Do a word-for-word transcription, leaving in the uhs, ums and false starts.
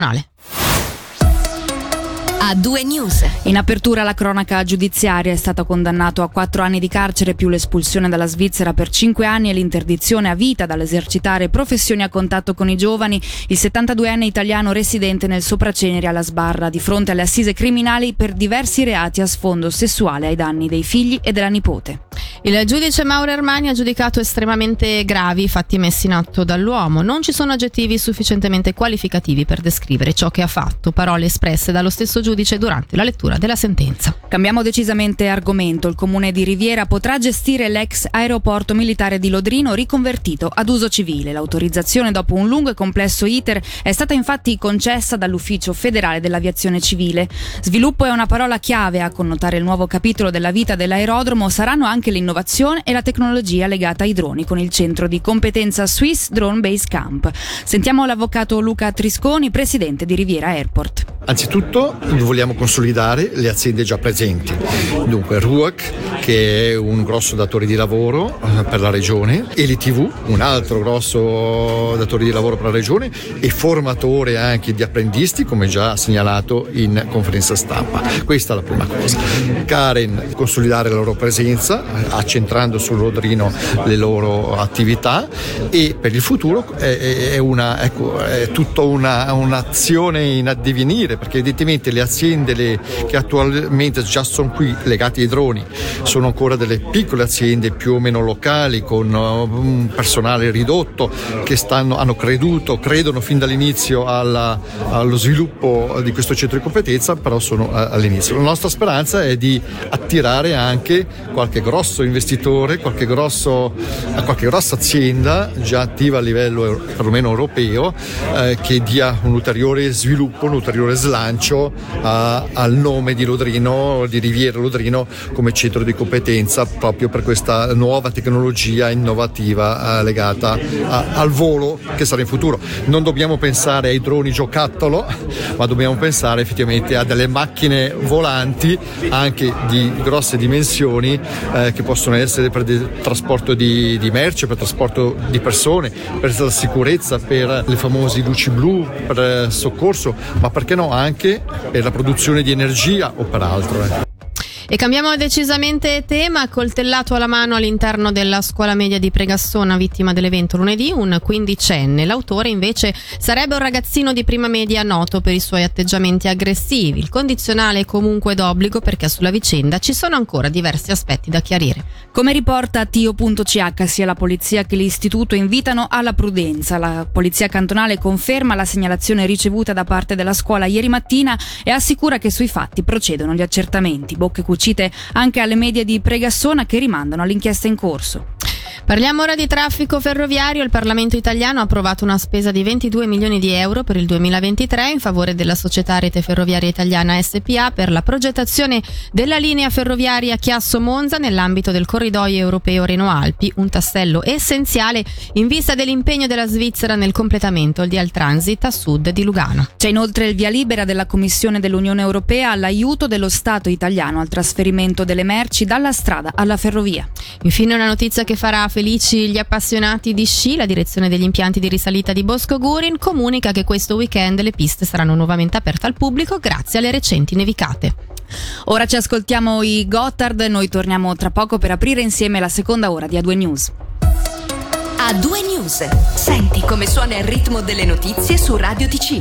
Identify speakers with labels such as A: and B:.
A: A due News.
B: In apertura la cronaca giudiziaria: è stato condannato a quattro anni di carcere più l'espulsione dalla Svizzera per cinque anni e l'interdizione a vita dall'esercitare professioni a contatto con i giovani il settantaduenne italiano residente nel Sopraceneri alla Sbarra, di fronte alle assise criminali per diversi reati a sfondo sessuale ai danni dei figli e della nipote.
C: Il giudice Mauro Ermani ha giudicato estremamente gravi i fatti messi in atto dall'uomo. Non ci sono aggettivi sufficientemente qualificativi per descrivere ciò che ha fatto, parole espresse dallo stesso giudice durante la lettura della sentenza.
B: Cambiamo decisamente argomento. Il comune di Riviera potrà gestire l'ex aeroporto militare di Lodrino riconvertito ad uso civile. L'autorizzazione, dopo un lungo e complesso iter, è stata infatti concessa dall'Ufficio federale dell'aviazione civile. Sviluppo è una parola chiave a connotare il nuovo capitolo della vita dell'aerodromo. Saranno anche l'innovazione e la tecnologia legata ai droni, con il centro di competenza Swiss Drone Base Camp. Sentiamo l'avvocato Luca Trisconi, presidente di Riviera Airport.
D: Anzitutto vogliamo consolidare le aziende già presenti. Dunque R U A C, che è un grosso datore di lavoro per la regione, e l'I T V, un altro grosso datore di lavoro per la regione e formatore anche di apprendisti, come già segnalato in conferenza stampa. Questa è la prima cosa. Karen, consolidare la loro presenza, accentrando sul Lodrino le loro attività, e per il futuro è, è, una, ecco, è tutta una, un'azione in addivenire, perché evidentemente le aziende le, che attualmente già sono qui legate ai droni sono ancora delle piccole aziende più o meno locali con un personale ridotto, che stanno, hanno creduto, credono fin dall'inizio alla, allo sviluppo di questo centro di competenza, però sono all'inizio. La nostra speranza è di attirare anche qualche grosso investitore, qualche, grosso, qualche grossa azienda già attiva a livello perlomeno europeo, eh, che dia un ulteriore sviluppo, un ulteriore slancio a, al nome di Lodrino, di Riviera Lodrino, come centro di competenza proprio per questa nuova tecnologia innovativa eh, legata a, al volo che sarà in futuro. Non dobbiamo pensare ai droni giocattolo, ma dobbiamo pensare effettivamente a delle macchine volanti anche di grosse dimensioni, eh, che possono essere per il trasporto di, di merce, per il trasporto di persone, per la sicurezza, per le famose luci blu, per soccorso, ma perché no anche per la produzione di energia o per altro. Eh.
C: E cambiamo decisamente tema. Coltellato alla mano all'interno della scuola media di Pregassona, vittima dell'evento lunedì, un quindicenne. L'autore invece sarebbe un ragazzino di prima media noto per i suoi atteggiamenti aggressivi. Il condizionale è comunque d'obbligo, perché sulla vicenda ci sono ancora diversi aspetti da chiarire.
B: Come riporta Tio punto C H, sia la polizia che l'istituto invitano alla prudenza. La polizia cantonale conferma la segnalazione ricevuta da parte della scuola ieri mattina e assicura che sui fatti procedono gli accertamenti. Bocche cucite anche alle medie di Pregassona, che rimandano all'inchiesta in corso.
C: Parliamo ora di traffico ferroviario. Il Parlamento italiano ha approvato una spesa di ventidue milioni di euro per il duemilaventitré in favore della società Rete Ferroviaria Italiana S P A per la progettazione della linea ferroviaria Chiasso-Monza nell'ambito del corridoio europeo Reno-Alpi, un tassello essenziale in vista dell'impegno della Svizzera nel completamento di Al Transit a sud di Lugano.
B: C'è inoltre il via libera della Commissione dell'Unione Europea all'aiuto dello Stato italiano al trasferimento delle merci dalla strada alla ferrovia.
C: Infine una notizia che farà felici gli appassionati di sci. La direzione degli impianti di risalita di Bosco Gurin comunica che questo weekend le piste saranno nuovamente aperte al pubblico grazie alle recenti nevicate.
B: Ora ci ascoltiamo i Gotthard. Noi torniamo tra poco per aprire insieme la seconda ora di A due News.
A: A due News. Senti come suona il ritmo delle notizie su Radio Ticino.